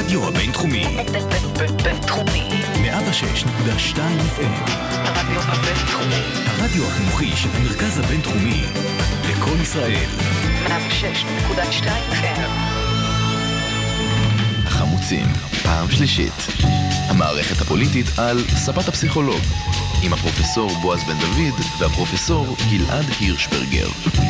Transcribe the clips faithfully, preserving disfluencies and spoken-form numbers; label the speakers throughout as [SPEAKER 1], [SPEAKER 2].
[SPEAKER 1] הרדיו הבינתחומי.
[SPEAKER 2] בינתחומי.
[SPEAKER 1] מאה ושש נקודה שתיים אף אם.
[SPEAKER 2] הרדיו הבינתחומי.
[SPEAKER 1] הרדיו החינוכי של המרכז הבינתחומי. לכל ישראל.
[SPEAKER 2] מאה ושש נקודה שתיים אף אם.
[SPEAKER 3] החמוצים, פעם שלישית. המערכת הפוליטית על ספת הפסיכולוג. עם הפרופסור בועז בן דוד והפרופסור גלעד הירשברגר.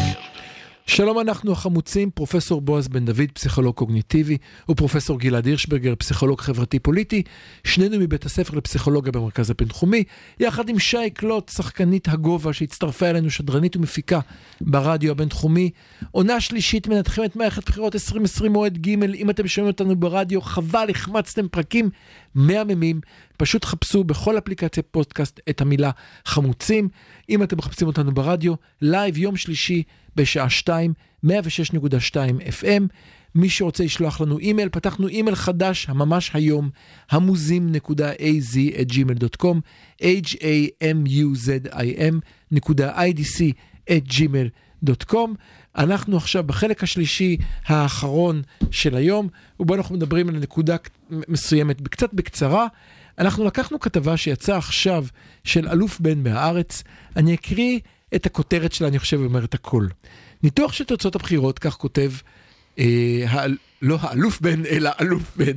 [SPEAKER 4] שלום, אנחנו החמוצים, פרופסור בועז בן דוד, פסיכולוג קוגניטיבי, ופרופסור גלעד הירשברגר, פסיכולוג חברתי-פוליטי, שנינו מבית הספר לפסיכולוגיה במרכז הבינתחומי, יחד עם שי קלוט, שחקנית הגובה שהצטרפה אלינו, שדרנית ומפיקה ברדיו הבינתחומי. עונה שלישית, מנתחים את מערכת בחירות עשרים עשרים מועד ג'. אם אתם שומעים אותנו ברדיו, חבל, החמצתם פרקים מהממים, פשוט חפשו בכל אפליקציה פודקאסט את המילה חמוצים. אם אתם מחפשים אותנו ברדיו, לייב יום שלישי בשעה שתיים, מאה ושש נקודה שתיים אף אם. מי שרוצה לשלוח לנו אימייל, פתחנו אימייל חדש, ממש היום, המוזים נקודה איי זי את ג'ימייל דוט קום, אייץ' איי אם יו זד איי אם נקודה איי די סי את ג'ימייל דוט קום. אנחנו עכשיו בחלק השלישי האחרון של היום, ובו אנחנו מדברים על נקודה מסוימת, קצת בקצרה. אנחנו לקחנו כתבה שיצאה עכשיו של אלוף בן בהארץ. אני אקריא את הכותרת שלה, אני חושב, אומר את הכל. ניתוח של תוצאות הבחירות, כך כותב, אה, האל, לא האלוף בן, אלא אלוף בן,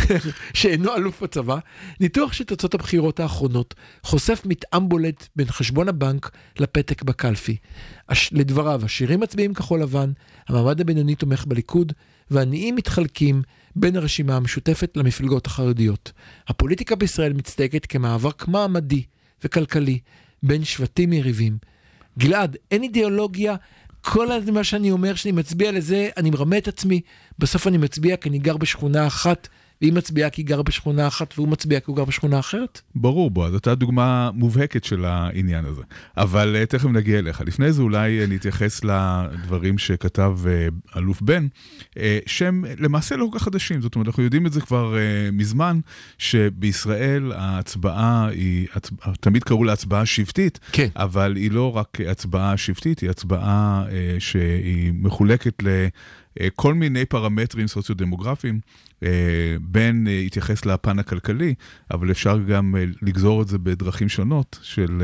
[SPEAKER 4] שאינו אלוף בצבא. ניתוח של תוצאות הבחירות האחרונות חושף מתאם בולט בין חשבון הבנק לפתק בקלפי. הש, לדבריו, השירים מצביעים כחול לבן, המעמד הבינוני תומך בליכוד, והעניים מתחלקים בין הרשימה המשותפת למפלגות החרדיות. הפוליטיקה בישראל מצטייגת כמאבק מעמדי וכלכלי בין שבטים יריבים. גלעד, אין אידיאולוגיה, כל מה שאני אומר שאני מצביע לזה, אני מרמה את עצמי, בסוף אני מצביע כי אני גר בשכונה אחת, והיא מצביעה כי היא גר בשכונה אחת, והוא מצביע כי הוא גר בשכונה אחרת?
[SPEAKER 5] ברור, בוא, זאת דוגמה מובהקת של העניין הזה. אבל uh, תכף נגיע אליך. לפני זה אולי uh, נתייחס לדברים שכתב uh, אלוף בן, uh, שהם למעשה לא כל כך חדשים. זאת אומרת, אנחנו יודעים את זה כבר uh, מזמן, שבישראל ההצבעה היא, הצבע, תמיד קראו לה הצבעה שבטית, כן. אבל היא לא רק הצבעה שבטית, היא הצבעה uh, שהיא מחולקת ל... כל מיני פרמטרים סוציו-דמוגרפיים, בין התייחס לפן הכלכלי, אבל אפשר גם לגזור את זה בדרכים שונות, של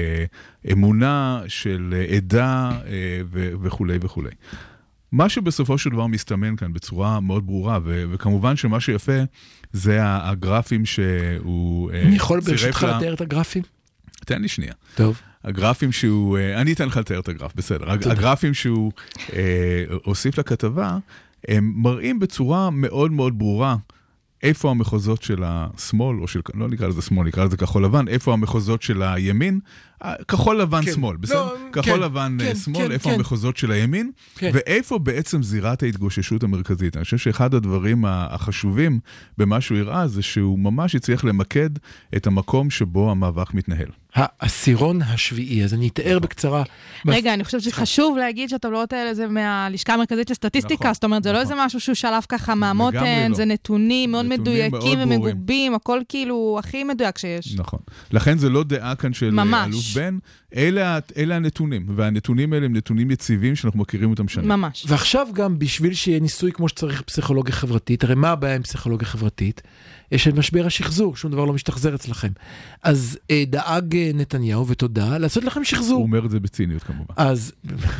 [SPEAKER 5] אמונה, של עדה וכו' וכו'. מה שבסופו של דבר מסתמן כאן בצורה מאוד ברורה, וכמובן שמה שיפה זה הגרפים שהוא...
[SPEAKER 4] אני יכול ברשותך לתאר את הגרפים?
[SPEAKER 5] תן לי שנייה.
[SPEAKER 4] טוב.
[SPEAKER 5] הגרפים שהוא, אני אתן לך לתאר את הגרף, בסדר. הגרפים שהוא אה, הוסיף לכתבה, הם מראים בצורה מאוד מאוד ברורה, איפה המחוזות של השמאל, או של, לא נקרא לזה שמאל, נקרא לזה כחול לבן, איפה המחוזות של הימין, כחול לבן כן. שמאל, בסדר? לא, כחול כן, לבן כן, שמאל, כן, איפה כן. המחוזות של הימין, כן. ואיפה בעצם זירת ההתגוששות המרכזית. אני חושב שאחד הדברים החשובים במה שהוא הראה, זה שהוא ממש יצליח למקד את המקום שבו המאבק מתנהל.
[SPEAKER 4] העשירון השביעי, אז אני אתאר בקצרה.
[SPEAKER 6] רגע, אני חושבת שחשוב להגיד שהטבלאות האלה זה מהלשכה המרכזית לסטטיסטיקה, זאת אומרת, זה לא איזה משהו שהוא שלף ככה מהמותן, זה נתונים מאוד מדויקים ומגובים, הכל כאילו הכי מדויק שיש.
[SPEAKER 5] נכון. לכן זה לא דעה כאן של אלוף בן, אלה הנתונים, והנתונים האלה הם נתונים יציבים שאנחנו מכירים אותם שנים.
[SPEAKER 6] ממש.
[SPEAKER 4] ועכשיו גם בשביל שיהיה ניסוי כמו שצריך פסיכולוגיה חברתית, הרי מה הבעיה עם פסיכולוגיה חברתית? יש את משבר השחזור, שום דבר לא משתחזר אצלכם. אז אה, דאג נתניהו, ותודה, לעשות לכם שחזור.
[SPEAKER 5] הוא אומר את זה בציניות כמובן.
[SPEAKER 4] אז,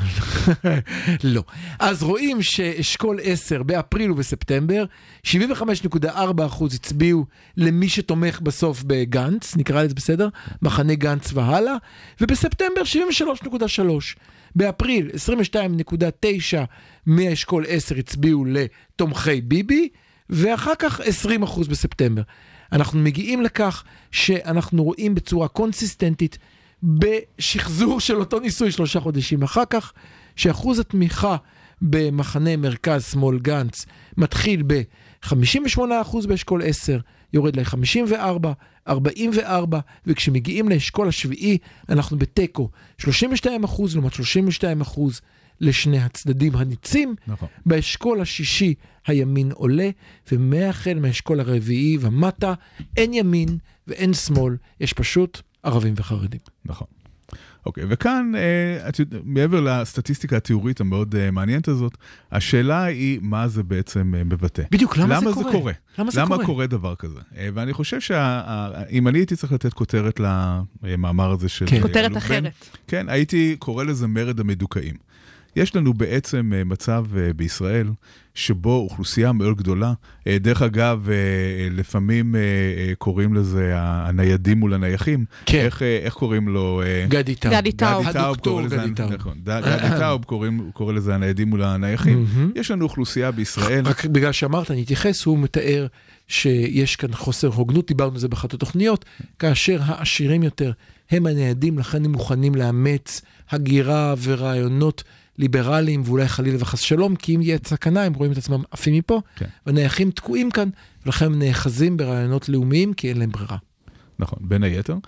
[SPEAKER 4] לא. אז רואים שאשכול עשר באפריל ובספטמבר, שבעים וחמש נקודה ארבע אחוז הצביעו למי שתומך בסוף בגנץ, נקרא לזה בסדר, מחנה גנץ והלאה, ובספטמבר שבעים ושלוש נקודה שלוש. באפריל עשרים ושתיים נקודה תשע מאשכול עשר הצביעו לתומכי ביבי, ואחר כך עשרים אחוז בספטמבר. אנחנו מגיעים לכך שאנחנו רואים בצורה קונסיסטנטית בשחזור של אותו ניסוי שלושה חודשים אחר כך, שאחוז התמיכה במחנה מרכז שמאל גנץ מתחיל ב-חמישים ושמונה אחוז באשכול עשר, יורד ל-חמישים וארבע, ארבעים וארבע, וכשמגיעים לאשכול השביעי אנחנו בטקו שלושים ושתיים אחוז לעומת שלושים ושתיים אחוז לשני הצדדים הניצים. נכון. באשכול השישי הימין עולה, ומהחל מהאשכול הרביעי ומטה אין ימין ואין שמאל, יש פשוט ערבים וחרדים.
[SPEAKER 5] נכון. אוקיי, וכאן, מעבר לסטטיסטיקה התיאורית המאוד מעניינת הזאת, השאלה היא מה זה בעצם מבטא.
[SPEAKER 4] בדיוק, למה,
[SPEAKER 5] למה
[SPEAKER 4] זה,
[SPEAKER 5] זה
[SPEAKER 4] קורה?
[SPEAKER 5] קורה?
[SPEAKER 4] למה זה
[SPEAKER 5] למה
[SPEAKER 4] קורה?
[SPEAKER 5] קורה דבר כזה? ואני חושב שאם אני הייתי צריך לתת כותרת למאמר הזה של...
[SPEAKER 6] כן. כותרת אחרת.
[SPEAKER 5] כן, הייתי קורא לזה מרד המדוכאים. יש לנו בעצם מצב בישראל שבו אוכלוסייה מאוד גדולה, דרך אגב, לפעמים קוראים לזה הניידים מול הנייחים, כן. איך, איך קוראים לו?
[SPEAKER 4] גדי טאוב.
[SPEAKER 6] גדי טאוב.
[SPEAKER 4] הדוקטור גדי טאוב.
[SPEAKER 5] נכון, גדי טאוב קורא לזה הניידים מול הנייחים. יש לנו אוכלוסייה בישראל.
[SPEAKER 4] רק בגלל שאמרת, אני אתייחס, הוא מתאר שיש כאן חוסר הוגנות, דיברנו על זה באחת התוכניות, כאשר העשירים יותר הם הניידים, לכן הם מוכנים לאמץ הגירה ורעיונות ליברליים, ואולי חלילה וחס שלום, כי אם יהיה סכנה, הם רואים את עצמם עפים מפה, כן. והנייחים תקועים כאן, ולכן הם נאחזים ברעיונות לאומיים, כי אין להם ברירה.
[SPEAKER 5] נכון, בין היתר.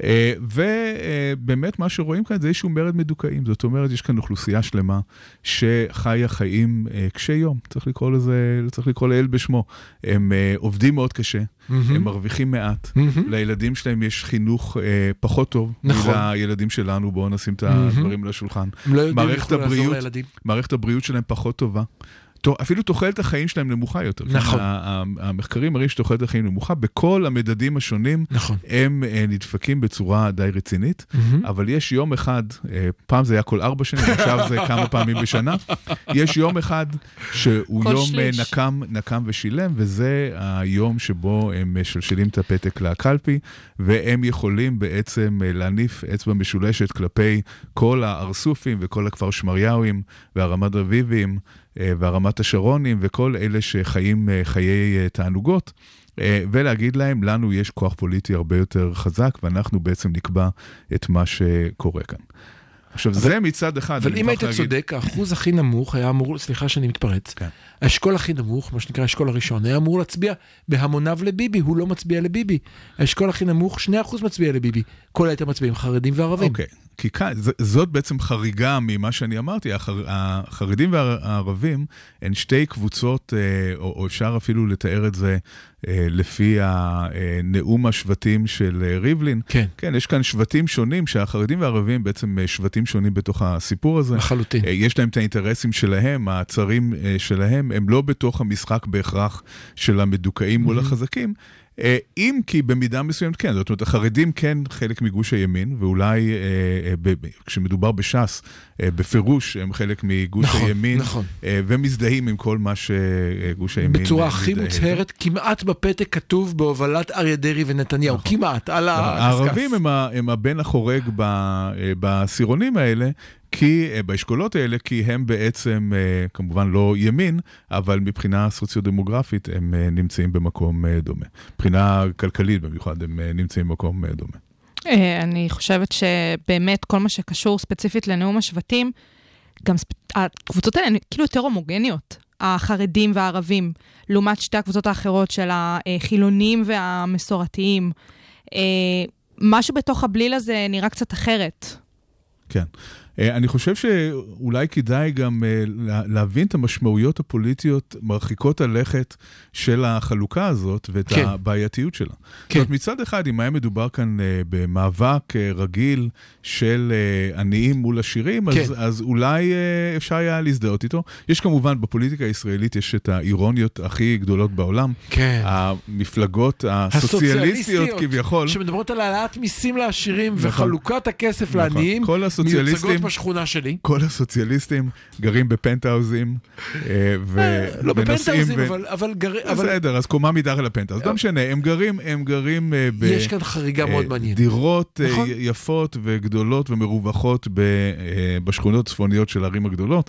[SPEAKER 5] ובאמת מה שרואים כאן זה איזשהו מרד מדוכאים. זאת אומרת, יש כאן אוכלוסייה שלמה שחיה חיים קשי יום. צריך לקרוא לזה, צריך לקרוא לאל בשמו. הם עובדים מאוד קשה, הם מרוויחים מעט. לילדים שלהם יש חינוך פחות טוב. נכון. לילדים שלנו, בואו נשים את הדברים לשולחן.
[SPEAKER 4] הם לא יודעים יכולו לעזור לילדים.
[SPEAKER 5] מערכת הבריאות שלהם פחות טובה. אפילו תוחלת החיים שלהם נמוכה יותר.
[SPEAKER 4] נכון.
[SPEAKER 5] המחקרים מראים שתוחלת החיים נמוכה, בכל המדדים השונים, נכון. הם נדפקים בצורה די רצינית, אבל יש יום אחד, פעם זה היה כל ארבע שנים, עכשיו זה כמה פעמים בשנה, יש יום אחד שהוא יום נקם, נקם ושילם, וזה היום שבו הם שלשלים את הפתק לקלפי, והם יכולים בעצם להניף אצבע משולשת כלפי כל הארסופים וכל הכפר שמריהו והרמת רביבים, והרמת השרונים וכל אלה שחיים חיי תענוגות, ולהגיד להם, לנו יש כוח פוליטי הרבה יותר חזק, ואנחנו בעצם נקבע את מה שקורה כאן. עכשיו, אבל, זה מצד אחד.
[SPEAKER 4] אבל אם היית להגיד... צודק, האחוז הכי נמוך היה אמור, סליחה שאני מתפרץ, כן. האשכול הכי נמוך, מה שנקרא האשכול הראשון, היה אמור להצביע בהמוניו לביבי, הוא לא מצביע לביבי. האשכול הכי נמוך, שני אחוז מצביע לביבי. כל היתר מצביעים חרדים וערבים.
[SPEAKER 5] אוקיי. כי כאן, זאת בעצם חריגה ממה שאני אמרתי, החרדים והערבים הן שתי קבוצות, או, או אפשר אפילו לתאר את זה לפי הנאום השבטים של ריבלין. כן. כן, יש כאן שבטים שונים, שהחרדים והערבים בעצם שבטים שונים בתוך הסיפור הזה.
[SPEAKER 4] לחלוטין.
[SPEAKER 5] יש להם את האינטרסים שלהם, הצרים שלהם, הם לא בתוך המשחק בהכרח של המדוכאים מול החזקים, אם כי במידה מסוימת כן, זאת אומרת, החרדים כן חלק מגוש הימין, ואולי כשמדובר בש"ס, בפירוש הם חלק מגוש הימין, ומזדהים עם כל מה שגוש הימין...
[SPEAKER 4] בצורה הכי מוצהרת, כמעט בפתק כתוב בהובלת אריה דרעי ונתניהו, כמעט, על הקסקס.
[SPEAKER 5] הערבים הם הבן החורג בסירונים האלה, כי באשכולות האלה, כי הם בעצם כמובן לא ימין, אבל מבחינה סוציו-דמוגרפית הם נמצאים במקום דומה. מבחינה כלכלית במיוחד הם נמצאים במקום דומה.
[SPEAKER 6] אני חושבת שבאמת כל מה שקשור ספציפית לנאום השבטים, גם הקבוצות האלה כאילו יותר הומוגניות, החרדים והערבים, לעומת שתי הקבוצות האחרות של החילונים והמסורתיים. משהו בתוך הבליל הזה נראה קצת אחרת.
[SPEAKER 5] כן. אני חושב שאולי כדאי גם להבין את המשמעויות הפוליטיות מרחיקות הלכת של החלוקה הזאת ואת כן. הבעייתיות שלה. כן. זאת מצד אחד, אם היה מדובר כאן במאבק רגיל של עניים מול עשירים, כן. אז, אז אולי אפשר היה להזדהות איתו. יש כמובן, בפוליטיקה הישראלית יש את האירוניות הכי גדולות בעולם. כן. המפלגות הסוציאליסטיות כביכול.
[SPEAKER 4] שמדברות על העלאת מיסים לעשירים נכון. וחלוקת הכסף נכון. לעניים.
[SPEAKER 5] כל הסוציאליסטים
[SPEAKER 4] בשכונה שלי.
[SPEAKER 5] כל הסוציאליסטים גרים בפנטהאוזים
[SPEAKER 4] לא בפנטהאוזים, אבל
[SPEAKER 5] בסדר, אז קומה מתחת לפנטהאוז. לא משנה, הם גרים, הם גרים
[SPEAKER 4] יש כאן חריגה מאוד מעניינת.
[SPEAKER 5] דירות יפות וגדולות ומרווחות בשכונות צפוניות של הערים הגדולות,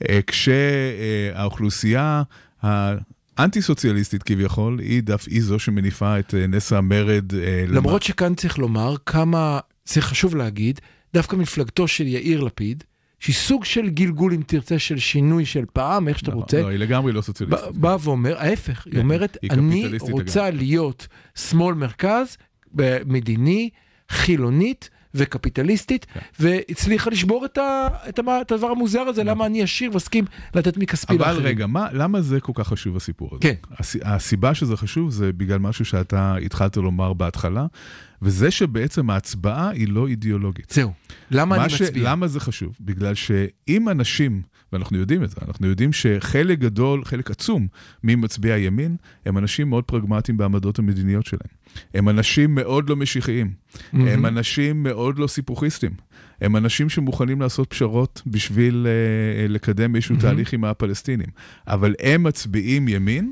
[SPEAKER 5] כשהאוכלוסייה האנטי-סוציאליסטית כביכול, היא דף היא זו שמניפה את נס המרד.
[SPEAKER 4] למרות שכאן צריך לומר כמה, זה חשוב להגיד, דווקא מפלגתו של יאיר לפיד, שהיא סוג של גלגול, אם תרצה, של שינוי של פעם, איך שאתה רוצה.
[SPEAKER 5] לא, היא לגמרי לא סוציאליסטית.
[SPEAKER 4] בא ואומר, ההפך, היא אומרת, אני רוצה להיות שמאל מרכז, מדיני, חילונית וקפיטליסטית, והצליחה לשבור את הדבר המוזר הזה, למה אני אשיר ועסקים לתת מכספי לאחרים.
[SPEAKER 5] אבל רגע, למה זה כל כך חשוב הסיפור הזה? כן. הסיבה שזה חשוב זה בגלל משהו שאתה התחלת לומר בהתחלה, וזה שבעצם ההצבעה היא לא אידיאולוגית.
[SPEAKER 4] זהו, למה אני
[SPEAKER 5] ש...
[SPEAKER 4] מצביע?
[SPEAKER 5] למה זה חשוב? בגלל שאם אנשים, ואנחנו יודעים את זה, אנחנו יודעים שחלק גדול, חלק עצום ממצביעי הימין, הם אנשים מאוד פרגמטיים בעמדות המדיניות שלהם. הם אנשים מאוד לא משיחיים. Mm-hmm. הם אנשים מאוד לא סיפוכיסטים. הם אנשים שמוכנים לעשות פשרות בשביל uh, לקדם איזשהו mm-hmm. תהליך עם הפלסטינים. אבל הם מצביעים ימין,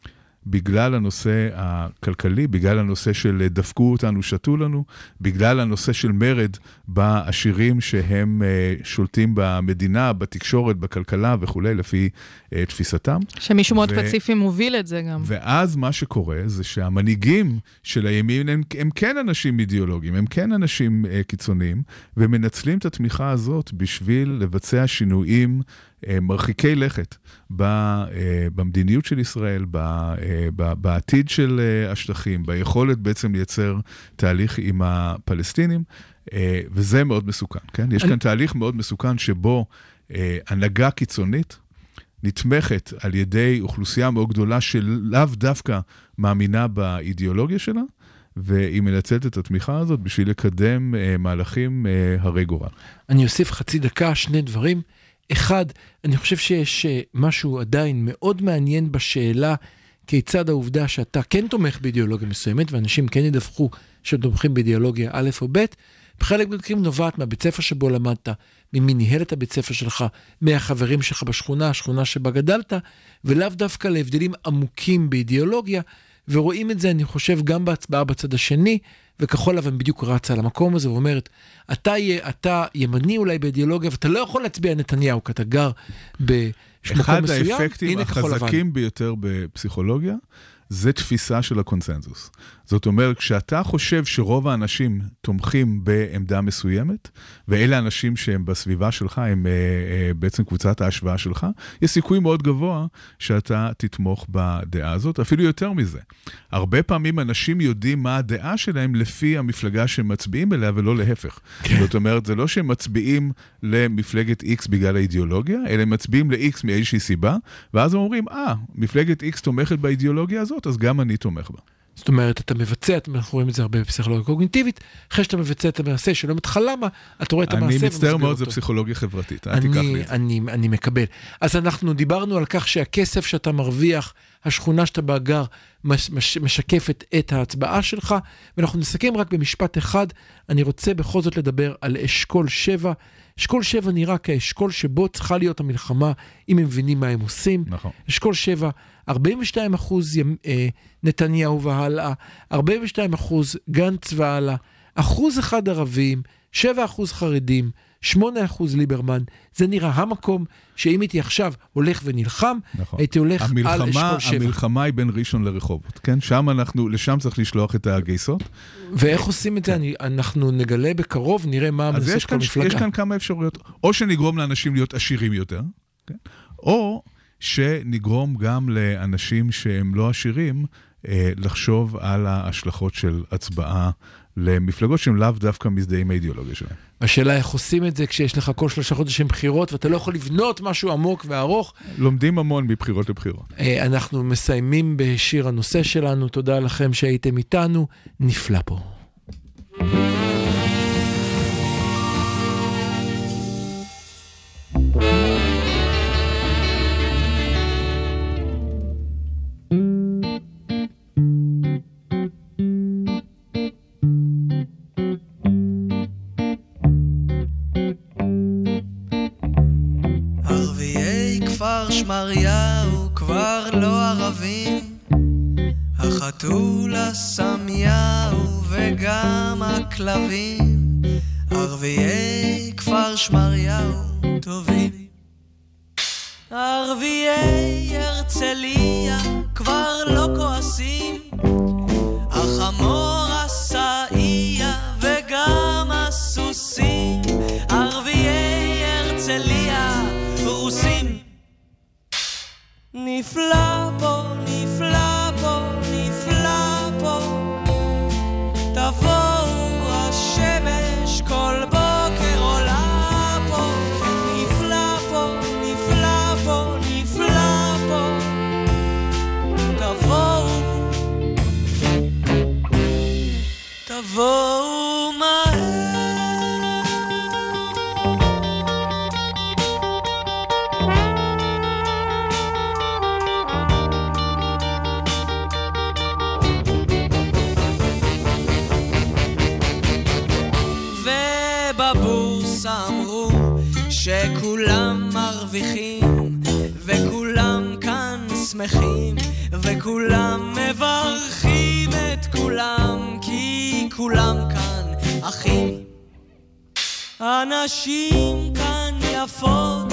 [SPEAKER 5] בגלל הנושא הכלכלי, בגלל הנושא של דפקו אותנו, שתו לנו, בגלל הנושא של מרד בעשירים שהם uh, שולטים במדינה, בתקשורת, בכלכלה וכו', לפי uh, תפיסתם.
[SPEAKER 6] שמישהו מאוד ו... ספציפי מוביל את זה גם.
[SPEAKER 5] ואז מה שקורה זה שהמנהיגים של הימין הם, הם כן אנשים אידיאולוגיים, הם כן אנשים uh, קיצוניים, ומנצלים את התמיכה הזאת בשביל לבצע שינויים מרחיקי לכת במדיניות של ישראל, בעתיד של השטחים, ביכולת בעצם לייצר תהליך עם הפלסטינים, וזה מאוד מסוכן, כן? יש כאן תהליך מאוד מסוכן שבו הנהגה קיצונית נתמכת על ידי אוכלוסייה מאוד גדולה שלאו דווקא מאמינה באידיאולוגיה שלה, והיא מנצלת את התמיכה הזאת בשביל לקדם מהלכים הרי גורל.
[SPEAKER 4] אני אוסיף חצי דקה, שני דברים. אחד, אני חושב שיש משהו עדיין מאוד מעניין בשאלה כיצד העובדה שאתה כן תומך באידיאולוגיה מסוימת, ואנשים כן ידווחו שתומכים באידיאולוגיה א' או ב', בחלק מהמקרים נובעת מהבית ספר שבו למדת, ממי ניהל את הבית ספר שלך, מהחברים שלך בשכונה, השכונה שבה גדלת, ולאו דווקא להבדלים עמוקים באידיאולוגיה, ורואים את זה, אני חושב, גם בהצבעה בצד השני, וכחול לבן בדיוק רצה למקום הזה, ואומרת, אתה, אתה ימני אולי באידיאולוגיה, ואתה לא יכול להצביע נתניהו, כי אתה גר במקום מסוים.
[SPEAKER 5] אחד האפקטים החזקים ביותר בפסיכולוגיה, זה תפיסה של הקונסנזוס. זאת אומרת, כשאתה חושב שרוב האנשים תומכים בעמדה מסוימת, ואלה האנשים שהם בסביבה שלך, הם בעצם קבוצת ההשוואה שלך, יש סיכוי מאוד גבוה שאתה תתמוך בדעה הזאת, אפילו יותר מזה. הרבה פעמים אנשים יודעים מה הדעה שלהם לפי המפלגה שהם מצביעים אליה, ולא להפך. כן. זאת אומרת, זה לא שהם מצביעים למפלגת X בגלל האידיאולוגיה, אלא הם מצביעים ל-X מאיזושהי סיבה, ואז הם אומרים, אה, מפלגת X תומכת באידיאולוגיה הזאת, אז גם אני תומך בה.
[SPEAKER 4] זאת אומרת, אתה מבצע, אנחנו רואים את זה הרבה בפסיכולוגיה קוגניטיבית, אחרי שאתה מבצע את המעשה שלא מתחלה מה, אתה רואה את המעשה
[SPEAKER 5] ומסביר אותו. אני מצטער מאוד, זה פסיכולוגיה חברתית, אל תיקח לי את זה.
[SPEAKER 4] אני, אני מקבל. אז אנחנו דיברנו על כך שהכסף שאתה מרוויח, השכונה שאתה באגר, מש, מש, משקפת את ההצבעה שלך, ואנחנו נסכם רק במשפט אחד, אני רוצה בכל זאת לדבר על אשכול שבע, אשכול שבע נראה כאשכול שבו צריכה להיות המלחמה, אם הם מבינים מה הם עושים.
[SPEAKER 5] נכון.
[SPEAKER 4] אשכול שבע, ארבעים ושתיים אחוז נתניהו והלאה, ארבעים ושתיים אחוז גנץ והלאה, אחוז אחד ערבים, שבע אחוז חרדים, שמונה אחוז ליברמן. זה נראה המקום שאם הייתי עכשיו הולך ונלחם, נכון. הייתי הולך המלחמה, על אשכול שבע.
[SPEAKER 5] המלחמה היא בין ראשון לרחובות, כן? שם אנחנו, לשם צריך לשלוח את הגייסות.
[SPEAKER 4] ואיך עושים את זה? אני, אנחנו נגלה בקרוב, נראה מה המנסות כל מפלגה.
[SPEAKER 5] יש כאן כמה אפשרויות. או שנגרום לאנשים להיות עשירים יותר, כן? או שנגרום גם לאנשים שהם לא עשירים, אה, לחשוב על ההשלכות של הצבעה למפלגות שהם לאו דווקא מזדהים האידיאולוגיה שלהם.
[SPEAKER 4] השאלה איך עושים את זה כשיש לך כל שלושה חודשים בחירות, ואתה לא יכול לבנות משהו עמוק וארוך.
[SPEAKER 5] לומדים המון מבחירות לבחירות.
[SPEAKER 4] אה, אנחנו מסיימים בשיר הנושא שלנו, תודה לכם שהייתם איתנו, נפלא פה.
[SPEAKER 7] שמריהו כבר לא ערבים, החתול הסמיהו וגם הכלבים, ערביי כפר שמריהו טובים. ערביי הרצליה כבר לא כועסים, החמור הסעיה וגם הסוסים, ערביי הרצליה רוסים. נפלא פה, נפלא פה, נפלא פה, תבואו השמש כל בוקר עולה פה, נפלא פה, נפלא פה, נפלא פה, תבואו, תבואו מרוויחים, וכולם כאן שמחים, וכולם מברכים את כולם, כי כולם כאן אחים. הנשים כאן יפות